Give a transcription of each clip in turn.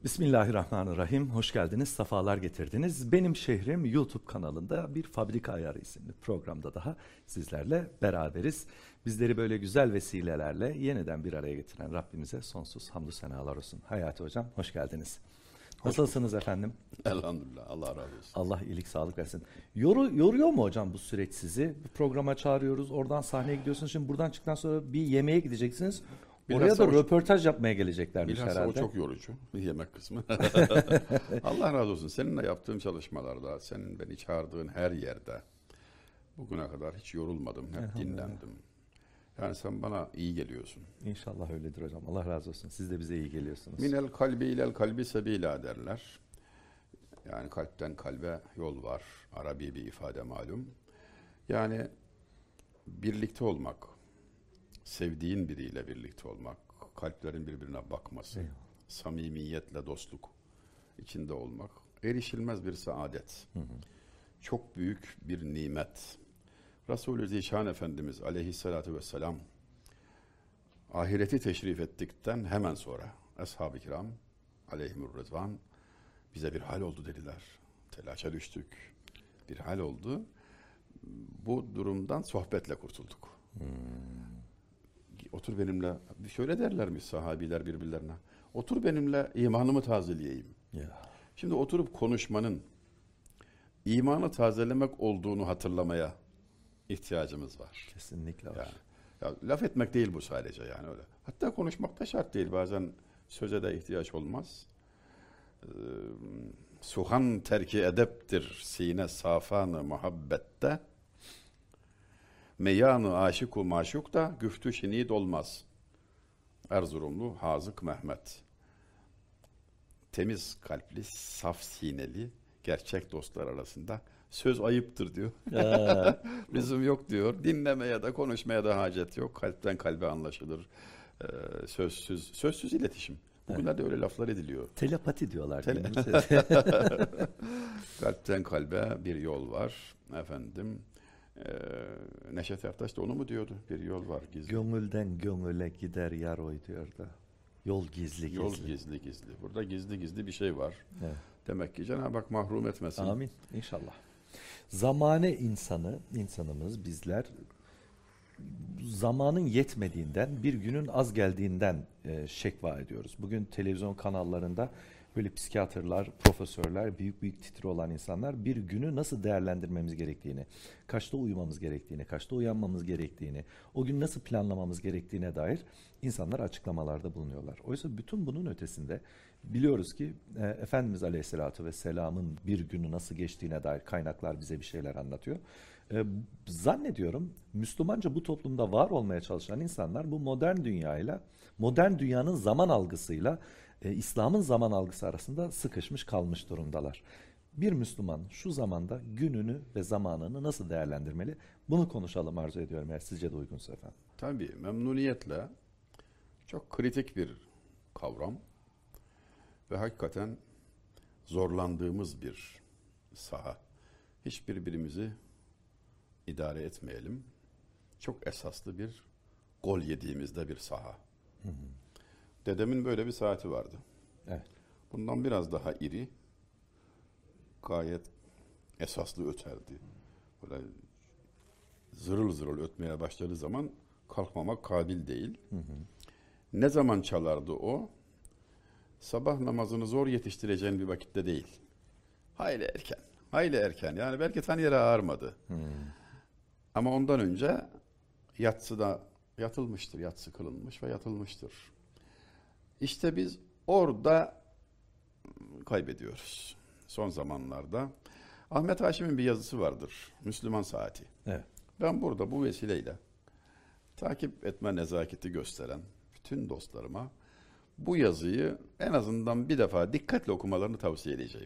Bismillahirrahmanirrahim. Hoş geldiniz, sefalar getirdiniz. Benim Şehrim YouTube kanalında bir Fabrika Ayarı isimli programda daha sizlerle beraberiz. Bizleri böyle güzel vesilelerle yeniden bir araya getiren Rabbimize sonsuz hamdü senalar olsun. Hayati Hocam, hoş geldiniz. Nasılsınız efendim? Elhamdülillah. Allah razı olsun. Allah iyilik, sağlık versin. Yoruyor mu hocam bu süreç sizi? Bir programa çağırıyoruz, oradan sahneye gidiyorsunuz. Şimdi buradan çıktıktan sonra bir yemeğe gideceksiniz. Oraya Bilhassa da röportaj yapmaya geleceklermiş bilhassa o herhalde. çok yorucu. Yemek kısmı. Allah razı olsun. Seninle yaptığım çalışmalarda, senin beni çağırdığın her yerde bugüne kadar hiç yorulmadım. Hep dinlendim. Yani sen bana iyi geliyorsun. İnşallah öyledir hocam. Allah razı olsun. Siz de bize iyi geliyorsunuz. Minel kalbi ilel kalbi sebila derler. Yani kalpten kalbe yol var. Arabi bir ifade malum. Yani birlikte olmak, sevdiğin biriyle birlikte olmak, kalplerin birbirine bakması, Eyvallah. samimiyetle dostluk içinde olmak, erişilmez bir saadet, çok büyük bir nimet. Resulü Zişan Efendimiz aleyhissalatu vesselam ahireti teşrif ettikten hemen sonra ashab-ı kiram aleyhimur rızvan bize bir hal oldu dediler. Telaşa düştük. Bir hal oldu. Bu durumdan sohbetle kurtulduk. Otur benimle, şöyle derlermiş sahabiler birbirlerine. Otur benimle imanımı tazeleyeyim. Ya. Şimdi oturup konuşmanın imanı tazelemek olduğunu hatırlamaya ihtiyacımız var. Kesinlikle var. Yani, ya laf etmek değil bu sadece yani öyle. Hatta konuşmak da şart değil. Bazen söze de ihtiyaç olmaz. Suhan terki edeptir sine safanı muhabbette. Meyanı aşıku maşuk da güftü şinid olmaz. Erzurumlu Hazık Mehmet. Temiz kalpli, saf sineli, gerçek dostlar arasında söz ayıptır diyor. Lüzum yok diyor. Dinlemeye de konuşmaya da hacet yok. Kalpten kalbe anlaşılır. Sözsüz iletişim. Bugünlerde öyle laflar ediliyor. Telepati diyorlar. Kalpten kalbe bir yol var. Efendim. Neşet Ertaş da onu mu diyordu? Bir yol var gizli. Gönülden gönüle gider yar oy diyordu. Yol gizli gizli. Yol gizli gizli. Burada gizli gizli bir şey var. Evet. Demek ki Cenab-ı Hak mahrum etmesin. Amin. İnşallah. Zamane insanımız bizler zamanın yetmediğinden, bir günün az geldiğinden şekva ediyoruz. Bugün televizyon kanallarında böyle psikiyatrlar, profesörler, büyük büyük titri olan insanlar bir günü nasıl değerlendirmemiz gerektiğini, kaçta uyumamız gerektiğini, kaçta uyanmamız gerektiğini, o gün nasıl planlamamız gerektiğine dair insanlar açıklamalarda bulunuyorlar. Oysa bütün bunun ötesinde biliyoruz ki Efendimiz Aleyhisselatü Vesselam'ın bir günü nasıl geçtiğine dair kaynaklar bize bir şeyler anlatıyor. Zannediyorum Müslümanca bu toplumda var olmaya çalışan insanlar bu modern dünyayla, modern dünyanın zaman algısıyla İslam'ın zaman algısı arasında sıkışmış kalmış durumdalar. Bir Müslüman şu zamanda gününü ve zamanını nasıl değerlendirmeli? Bunu konuşalım arzu ediyorum eğer sizce de uygunsa efendim. Tabii memnuniyetle çok kritik bir kavram ve hakikaten zorlandığımız bir saha. Hiç birbirimizi idare etmeyelim. Çok esaslı bir gol yediğimizde bir saha. Dedemin böyle bir saati vardı. Evet. Bundan biraz daha iri, gayet esaslı öterdi. Böyle zırıl zırıl ötmeye başladığı zaman kalkmamak kabil değil. Ne zaman çalardı o? Sabah namazını zor yetiştireceğin bir vakitte değil. Hayli erken. Hayli erken. Yani belki tan yere ağarmadı. Ama ondan önce yatsıda yatılmıştır. Yatsı kılınmış ve yatılmıştır. İşte biz orada kaybediyoruz. Son zamanlarda. Ahmet Haşim'in bir yazısı vardır. Müslüman Saati. Evet. Ben burada bu vesileyle takip etme nezaketi gösteren bütün dostlarıma bu yazıyı en azından bir defa dikkatle okumalarını tavsiye edeceğim.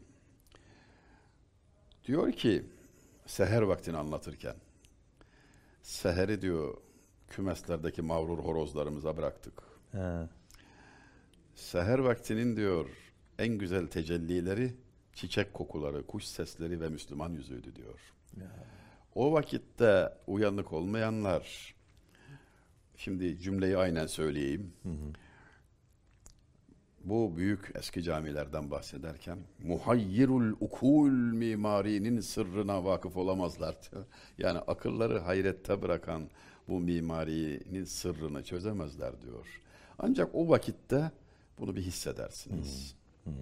Diyor ki seher vaktini anlatırken, seheri diyor kümeslerdeki mağrur horozlarımıza bıraktık. Ha. Seher vaktinin diyor en güzel tecellileri çiçek kokuları, kuş sesleri ve Müslüman yüzüydü diyor. Ya. O vakitte uyanık olmayanlar, şimdi cümleyi aynen söyleyeyim. bu büyük eski camilerden bahsederken muhayyirul ukul mimarinin sırrına vakıf olamazlar diyor. Yani akılları hayrette bırakan bu mimarinin sırrını çözemezler diyor. Ancak o vakitte bunu bir hissedersiniz.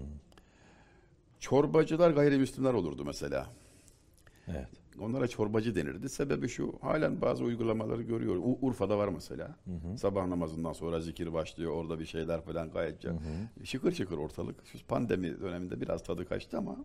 Çorbacılar gayrimüslimler olurdu mesela. Evet. Onlara çorbacı denirdi. Sebebi şu, halen bazı uygulamaları görüyor. Urfa'da var mesela. Sabah namazından sonra zikir başlıyor. Orada bir şeyler falan gayet şıkır şıkır ortalık. Şu pandemi döneminde biraz tadı kaçtı ama.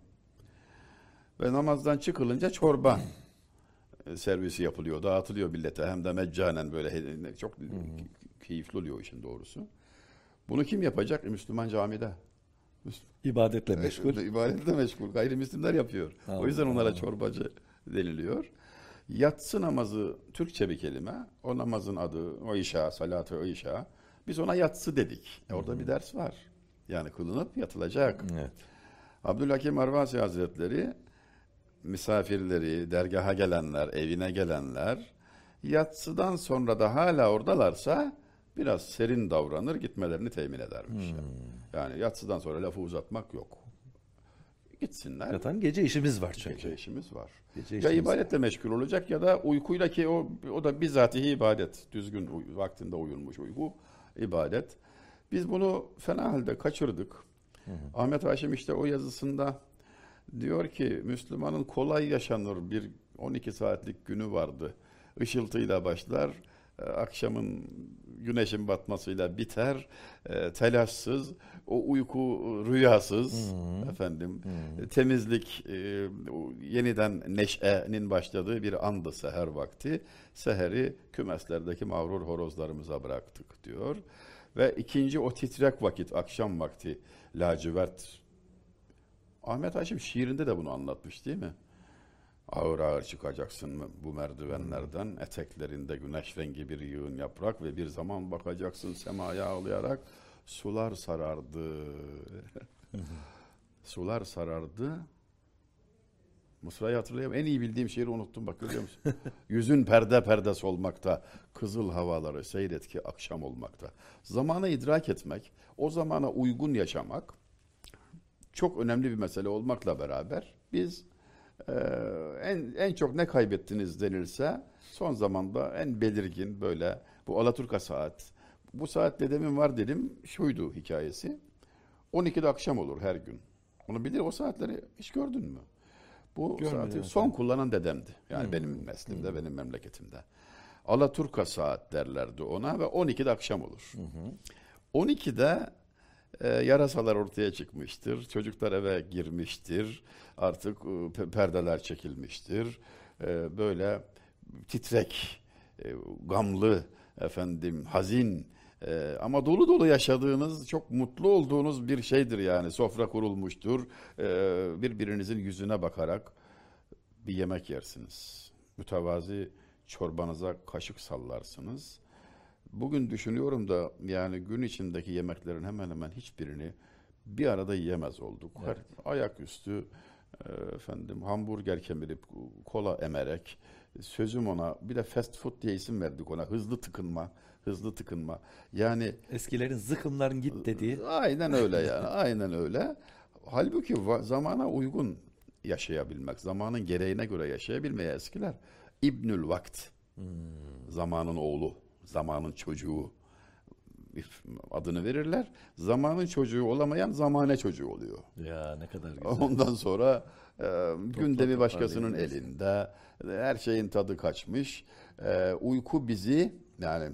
Ve namazdan çıkılınca çorba servisi yapılıyor. Dağıtılıyor millete. Hem de meccanen böyle çok keyifli oluyor işin doğrusu. Bunu kim yapacak? Müslüman camide. İbadetle meşgul. İbadetle meşgul. Gayrimüslimler yapıyor. Allah O yüzden onlara Allah. çorbacı deniliyor. Yatsı namazı Türkçe bir kelime. O namazın adı o işa, salatı o işa. Biz ona yatsı dedik. Orada bir ders var. Yani kılınıp yatılacak. Evet. Abdülhakim Arvasi Hazretleri misafirleri, dergaha gelenler, evine gelenler yatsıdan sonra da hala oradalarsa biraz serin davranır, gitmelerini temin edermiş. Yani yatsıdan sonra lafı uzatmak yok. Gitsinler. Zaten gece işimiz var çünkü. Gece işimiz var. Gece Ya işimiz ibadetle meşgul olacak ya da uykuyla, ki o da bizatihi ibadet. Düzgün vaktinde uyunmuş uyku ibadet. Biz bunu fena halde kaçırdık. Ahmet Haşim işte o yazısında diyor ki Müslümanın kolay yaşanır bir 12 saatlik günü vardı. Işıltıyla başlar, akşamın güneşin batmasıyla biter, telaşsız, o uyku rüyasız, efendim, temizlik, yeniden neşenin başladığı bir andı seher vakti. Seheri kümeslerdeki mağrur horozlarımıza bıraktık diyor. Ve ikinci o titrek vakit, akşam vakti, lacivert. Ahmet Haşim şiirinde de bunu anlatmış değil mi? Ağır ağır çıkacaksın bu merdivenlerden, eteklerinde güneş rengi bir yığın yaprak ve bir zaman bakacaksın semaya ağlayarak sular sarardı. Sular sarardı. Mısra'yı hatırlayamıyorum. En iyi bildiğim şiiri unuttum bak, görüyor musun? Yüzün perde perde solmakta, kızıl havaları seyret ki akşam olmakta. Zamanı idrak etmek, o zamana uygun yaşamak çok önemli bir mesele olmakla beraber biz en çok ne kaybettiniz denilse son zamanda en belirgin böyle bu Alaturka saat. Bu saatte demin var dedim, şuydu hikayesi. 12'de akşam olur her gün. Onu bilir, o saatleri hiç gördün mü? Bu Görmedim saati son kullanan dedemdi. Yani benim neslimde, benim memleketimde. Alaturka saat derlerdi ona ve 12'de akşam olur. 12'de yarasalar ortaya çıkmıştır. Çocuklar eve girmiştir. Artık perdeler çekilmiştir. Böyle titrek, gamlı, efendim hazin, ama dolu dolu yaşadığınız, çok mutlu olduğunuz bir şeydir yani. Sofra kurulmuştur. Birbirinizin yüzüne bakarak bir yemek yersiniz. Mütevazi çorbanıza kaşık sallarsınız. Bugün düşünüyorum da yani gün içindeki yemeklerin hemen hemen hiçbirini bir arada yiyemez olduk. Evet. Ayaküstü efendim hamburger kemirip kola emerek, sözüm ona bir de fast food diye isim verdik ona, hızlı tıkınma, hızlı tıkınma. Yani Eskilerin zıkımların git dediği. aynen öyle yani, aynen öyle. Halbuki zamana uygun yaşayabilmek, zamanın gereğine göre yaşayabilmeye eskiler İbnül Vakt, zamanın oğlu, zamanın çocuğu adını verirler. Zamanın çocuğu olamayan zamane çocuğu oluyor. Ya ne kadar güzel. Ondan sonra gündemi başkasının toparlayabiliriz. elinde. Her şeyin tadı kaçmış. Uyku bizi yani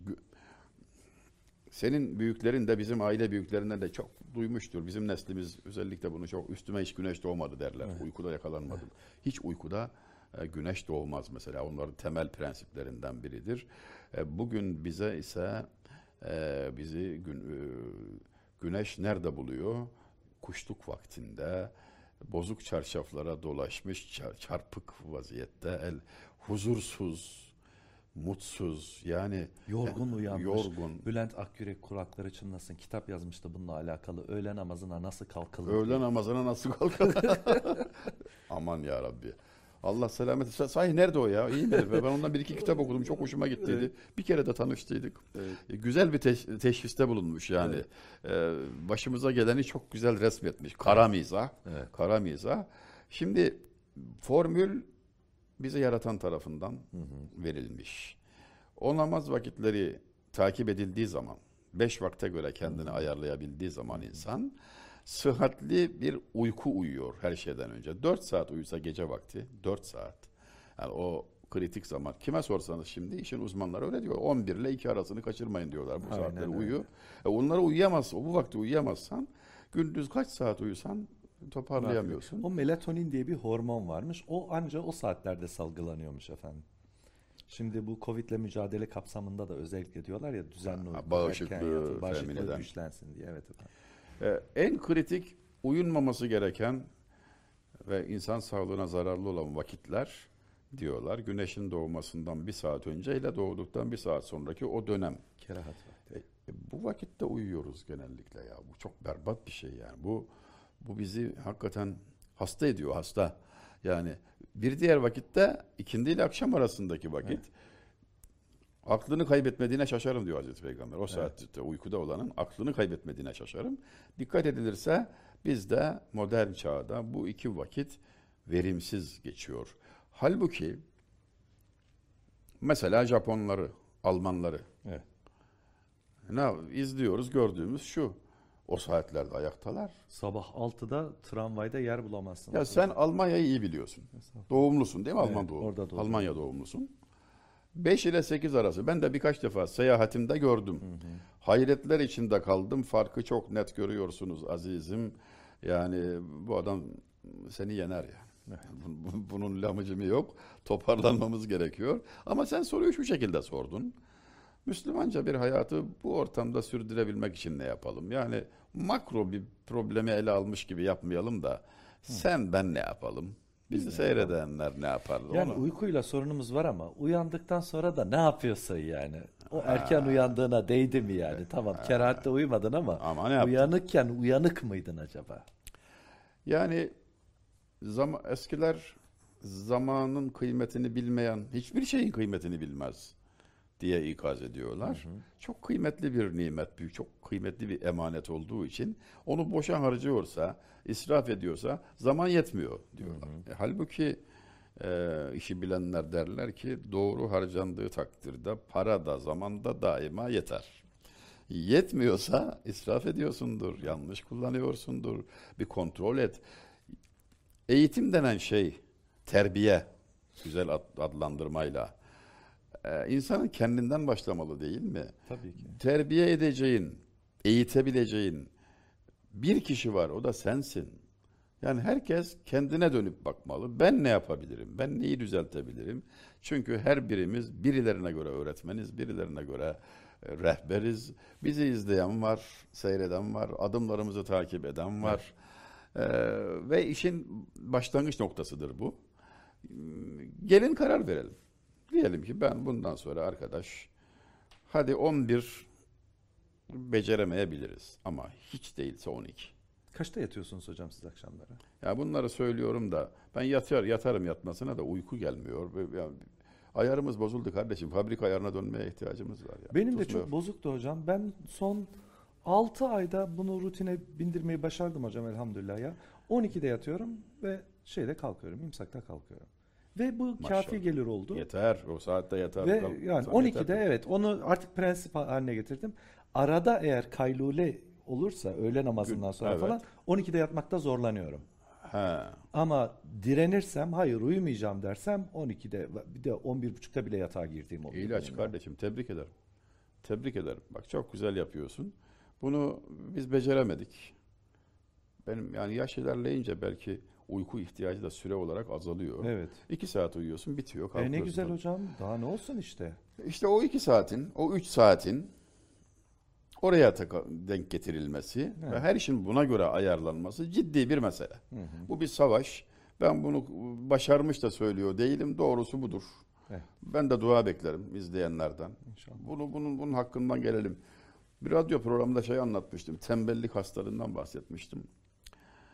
senin büyüklerin de bizim aile büyüklerinden de çok duymuştur. Bizim neslimiz özellikle bunu çok, üstüme hiç güneş doğmadı derler. Evet. Uykuda yakalanmadım. Hiç uykuda güneş doğmaz mesela. Onların temel prensiplerinden biridir. Bugün bize ise bizi güneş nerede buluyor? Kuşluk vaktinde bozuk çarşaflara dolaşmış, çarpık vaziyette, huzursuz, mutsuz, yani Yorgun uyanmış. yorgun. Bülent Akgürek kulakları çınlasın. Kitap yazmıştı bununla alakalı. Öğle namazına nasıl kalkılır? Öğle namazına nasıl kalkar? Aman ya Rabbi. Allah selamet. Sahi nerede o ya? İyi midir? Ben ondan bir iki kitap okudum. Çok hoşuma gittiydi. Evet. Bir kere de tanıştıydık. Evet. Güzel bir teşhiste bulunmuş yani. Başımıza geleni çok güzel resmetmiş. Kara mizah. Evet. Kara mizah. Şimdi formül bizi yaratan tarafından verilmiş. O namaz vakitleri takip edildiği zaman, 5 vakte göre kendini ayarlayabildiği zaman insan sıhhatli bir uyku uyuyor her şeyden önce. 4 saat uyusa gece vakti, 4 saat. Yani o kritik zaman. Kime sorsanız şimdi işin uzmanları öyle diyor. 11 ile 2 arasını kaçırmayın diyorlar. Bu Aynen saatleri öyle. uyu. Onları uyuyamazsan, bu vakti uyuyamazsan gündüz kaç saat uyusan toparlayamıyorsun. O melatonin diye bir hormon varmış. O ancak o saatlerde salgılanıyormuş efendim. Şimdi bu Covid'le mücadele kapsamında da özellikle diyorlar ya düzenli uyku, Bağışıklığı erken yatın, bağışıklığı temin eden. güçlensin diye. Evet efendim. En kritik uyunmaması gereken ve insan sağlığına zararlı olan vakitler diyorlar. Güneşin doğmasından 1 saat önce ile doğduktan 1 saat sonraki o dönem. Kerahat vakti. Bu vakitte uyuyoruz genellikle ya. Bu çok berbat bir şey yani. Bu bizi hakikaten hasta ediyor, hasta. Yani bir diğer vakitte ikindi ile akşam arasındaki vakit aklını kaybetmediğine şaşarım diyor Hazreti Peygamber. O saatte uykuda olanın aklını kaybetmediğine şaşarım. Dikkat edilirse bizde modern çağda bu 2 vakit verimsiz geçiyor. Halbuki mesela Japonları, Almanları Evet. izliyoruz, gördüğümüz şu. O saatlerde ayaktalar. Sabah 6'da tramvayda yer bulamazsın. Ya sen Almanya'yı iyi biliyorsun. Doğumlusun değil mi? Evet, Alman doğumlu. orada doğdum. Almanya doğumlusun. 5 ile 8 arası. Ben de birkaç defa seyahatimde gördüm. Hayretler içinde kaldım. Farkı çok net görüyorsunuz azizim. Yani bu adam seni yener yani. Bunun lamıcımı yok. Toparlanmamız gerekiyor. Ama sen soruyu şu şekilde sordun. Müslümanca bir hayatı bu ortamda sürdürebilmek için ne yapalım? Yani makro bir problemi ele almış gibi yapmayalım da sen ben ne yapalım? Bizi seyredenler ne yapardı? Yani onu? uykuyla sorunumuz var ama uyandıktan sonra da ne yapıyorsun yani? O erken uyandığına değdi mi yani? Tamam kerahatte uyumadın Ama ama ne yaptın? uyanıkken uyanık mıydın acaba? Yani eskiler zamanın kıymetini bilmeyen, hiçbir şeyin kıymetini bilmez diye ikaz ediyorlar. Çok kıymetli bir nimet, çok kıymetli bir emanet olduğu için onu boşa harcıyorsa, israf ediyorsa zaman yetmiyor diyorlar. Halbuki işi bilenler derler ki doğru harcandığı takdirde para da zaman da daima yeter. Yetmiyorsa israf ediyorsundur, yanlış kullanıyorsundur. Bir kontrol et. Eğitim denen şey, terbiye, güzel adlandırmayla, insanın kendinden başlamalı değil mi? Tabii ki. Terbiye edeceğin, eğitebileceğin bir kişi var, o da sensin. Yani herkes kendine dönüp bakmalı. Ben ne yapabilirim? Ben neyi düzeltebilirim? Çünkü her birimiz birilerine göre öğretmeniz, birilerine göre rehberiz. Bizi izleyen var, seyreden var, adımlarımızı takip eden var. Ve işin başlangıç noktasıdır bu. Gelin karar verelim. Diyelim ki ben bundan sonra arkadaş, hadi 11 beceremeyebiliriz ama hiç değilse 12. Kaçta yatıyorsunuz hocam siz akşamları? Ya bunları söylüyorum da ben yatarım yatmasına da uyku gelmiyor. Yani ayarımız bozuldu kardeşim. Fabrika ayarına dönmeye ihtiyacımız var. Ya. Benim de Tutmuyor. çok bozuktu hocam. Ben son 6 ayda bunu rutine bindirmeyi başardım hocam elhamdülillah ya. 12'de yatıyorum ve kalkıyorum, imsakta kalkıyorum. Ve bu Maşallah. kafi gelir oldu. Yeter. O saatte yeter. Ve Kalk- yani sen 12'de yeter. evet onu artık prensip haline getirdim. Arada eğer kaylule olursa öğle namazından sonra evet. falan 12'de yatmakta zorlanıyorum. He. Ama direnirsem hayır uyumayacağım dersem 12'de bir de 11.30'da bile yatağa girdiğim oluyor. İlaç benim. kardeşim. Tebrik ederim. Tebrik ederim. Bak çok güzel yapıyorsun. Bunu biz beceremedik. Benim yani yaş ilerleyince belki uyku ihtiyacı da süre olarak azalıyor. Evet. 2 saat uyuyorsun, bitiyor, kalkıyorsun. Ne güzel hocam. Daha ne olsun işte. İşte o 2 saatin, o 3 saatin oraya denk getirilmesi ve her işin buna göre ayarlanması ciddi bir mesele. Bu bir savaş. Ben bunu başarmış da söylüyor değilim. Doğrusu budur. Evet. Ben de dua beklerim izleyenlerden. İnşallah. Bunun hakkından gelelim. Bir radyo programında anlatmıştım. Tembellik hastalığından bahsetmiştim.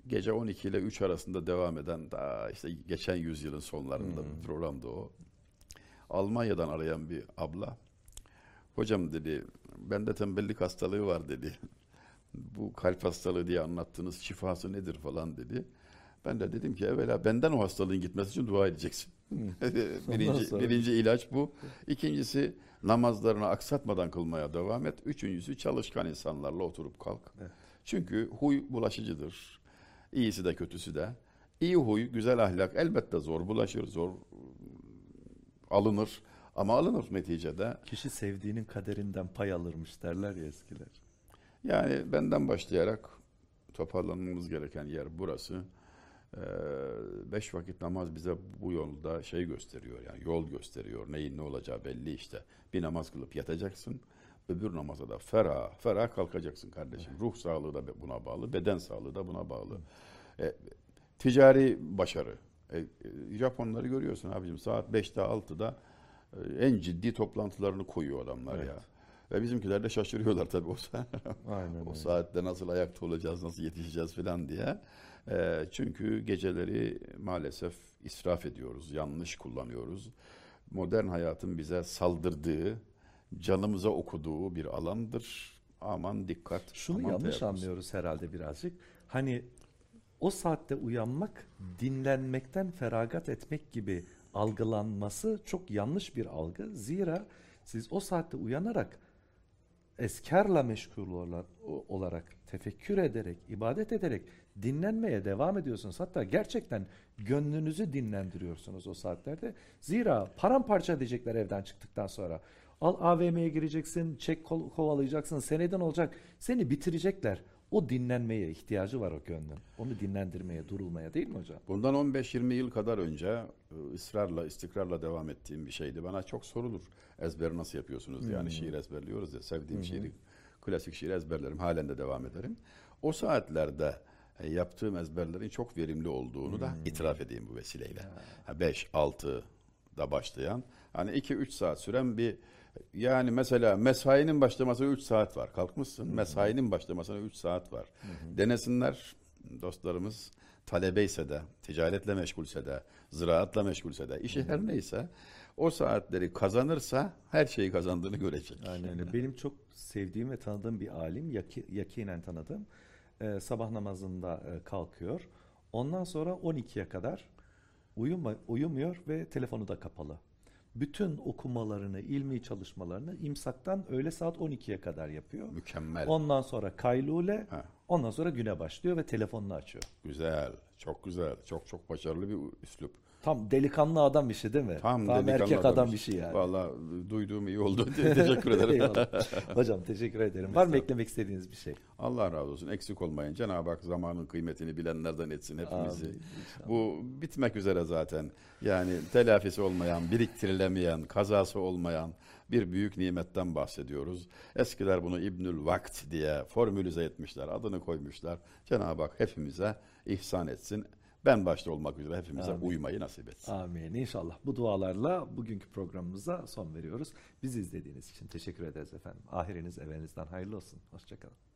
gece 12 ile 3 arasında devam eden, daha işte geçen yüzyılın sonlarında bir programdı o. Almanya'dan arayan bir abla, hocam dedi, bende tembellik hastalığı var dedi. Bu kalp hastalığı diye anlattığınız şifası nedir falan dedi. Ben de dedim ki evvela benden o hastalığın gitmesi için dua edeceksin. Birinci ilaç bu. İkincisi, namazlarını aksatmadan kılmaya devam et. Üçüncüsü, çalışkan insanlarla oturup kalk. Evet. Çünkü huy bulaşıcıdır. İyisi de kötüsü de. İyi huy, güzel ahlak elbette zor bulaşır, zor alınır. Ama alınır neticede. Kişi sevdiğinin kaderinden pay alırmış derler ya eskiler. Yani benden başlayarak toparlanmamız gereken yer burası. 5 vakit namaz bize bu yolda şey gösteriyor, yani yol gösteriyor. Neyin ne olacağı belli işte. Bir namaz kılıp yatacaksın. Öbür namaza da ferah ferah kalkacaksın kardeşim. Ruh sağlığı da buna bağlı, beden sağlığı da buna bağlı. Ticari başarı. Japonları görüyorsun abicim, saat 5'te 6'da en ciddi toplantılarını koyuyor adamlar ya. Ve bizimkiler de şaşırıyorlar tabii o saatte nasıl ayakta olacağız, nasıl yetişeceğiz falan diye. Çünkü geceleri maalesef israf ediyoruz, yanlış kullanıyoruz. Modern hayatın bize saldırdığı, canımıza okuduğu bir alandır. Aman dikkat. Şunu aman yanlış teyakkuz. anlıyoruz herhalde birazcık. Hani o saatte uyanmak, dinlenmekten feragat etmek gibi algılanması çok yanlış bir algı. Zira siz o saatte uyanarak eskarla meşgul olarak, tefekkür ederek, ibadet ederek dinlenmeye devam ediyorsunuz. Hatta gerçekten gönlünüzü dinlendiriyorsunuz o saatlerde. Zira paramparça edecekler evden çıktıktan sonra. Al AVM'ye gireceksin, çek kovalayacaksın, seneden olacak. Seni bitirecekler. O dinlenmeye ihtiyacı var o gönlün. Onu dinlendirmeye, durulmaya, değil mi hocam? Bundan 15-20 yıl kadar önce ısrarla, istikrarla devam ettiğim bir şeydi. Bana çok sorulur. Ezber nasıl yapıyorsunuz? Yani şiir ezberliyoruz ya. Sevdiğim şiiri, klasik şiir ezberlerim. Halen de devam ederim. O saatlerde yaptığım ezberlerin çok verimli olduğunu da itiraf edeyim bu vesileyle. 5-6'da başlayan, hani 2-3 saat süren bir, yani mesela mesainin başlamasına 3 saat var. Kalkmışsın, mesainin başlamasına 3 saat var. Denesinler dostlarımız, talebeyse de, ticaretle meşgulse de, ziraatla meşgulse de, işi her neyse, o saatleri kazanırsa her şeyi kazandığını görecek. Aynen öyle. Benim çok sevdiğim ve tanıdığım bir alim, yakinen tanıdığım, sabah namazında kalkıyor. Ondan sonra 12'ye kadar uyumuyor ve telefonu da kapalı. Bütün okumalarını, ilmi çalışmalarını imsaktan öğle saat 12'ye kadar yapıyor. Mükemmel. Ondan sonra kaylule, ondan sonra güne başlıyor ve telefonunu açıyor. Güzel, çok güzel, çok çok başarılı bir üslup. Tam delikanlı adam işi değil mi? Tam erkek adam işi yani. Vallahi duyduğum iyi oldu. Teşekkür ederim. Eyvallah. Hocam teşekkür ederim. Var mı eklemek istediğiniz bir şey? Allah razı olsun. Eksik olmayın. Cenab-ı Hak zamanın kıymetini bilenlerden etsin hepimizi. Amin. Bu bitmek üzere zaten. Yani telafisi olmayan, biriktirilemeyen, kazası olmayan bir büyük nimetten bahsediyoruz. Eskiler bunu İbnül Vakt diye formülize etmişler. Adını koymuşlar. Cenab-ı Hak hepimize ihsan etsin. Ben başta olmak üzere hepimize uymayı nasip etsin. Amin. İnşallah. Bu dualarla bugünkü programımıza son veriyoruz. Bizi izlediğiniz için teşekkür ederiz efendim. Ahiriniz evinizden hayırlı olsun. Hoşçakalın.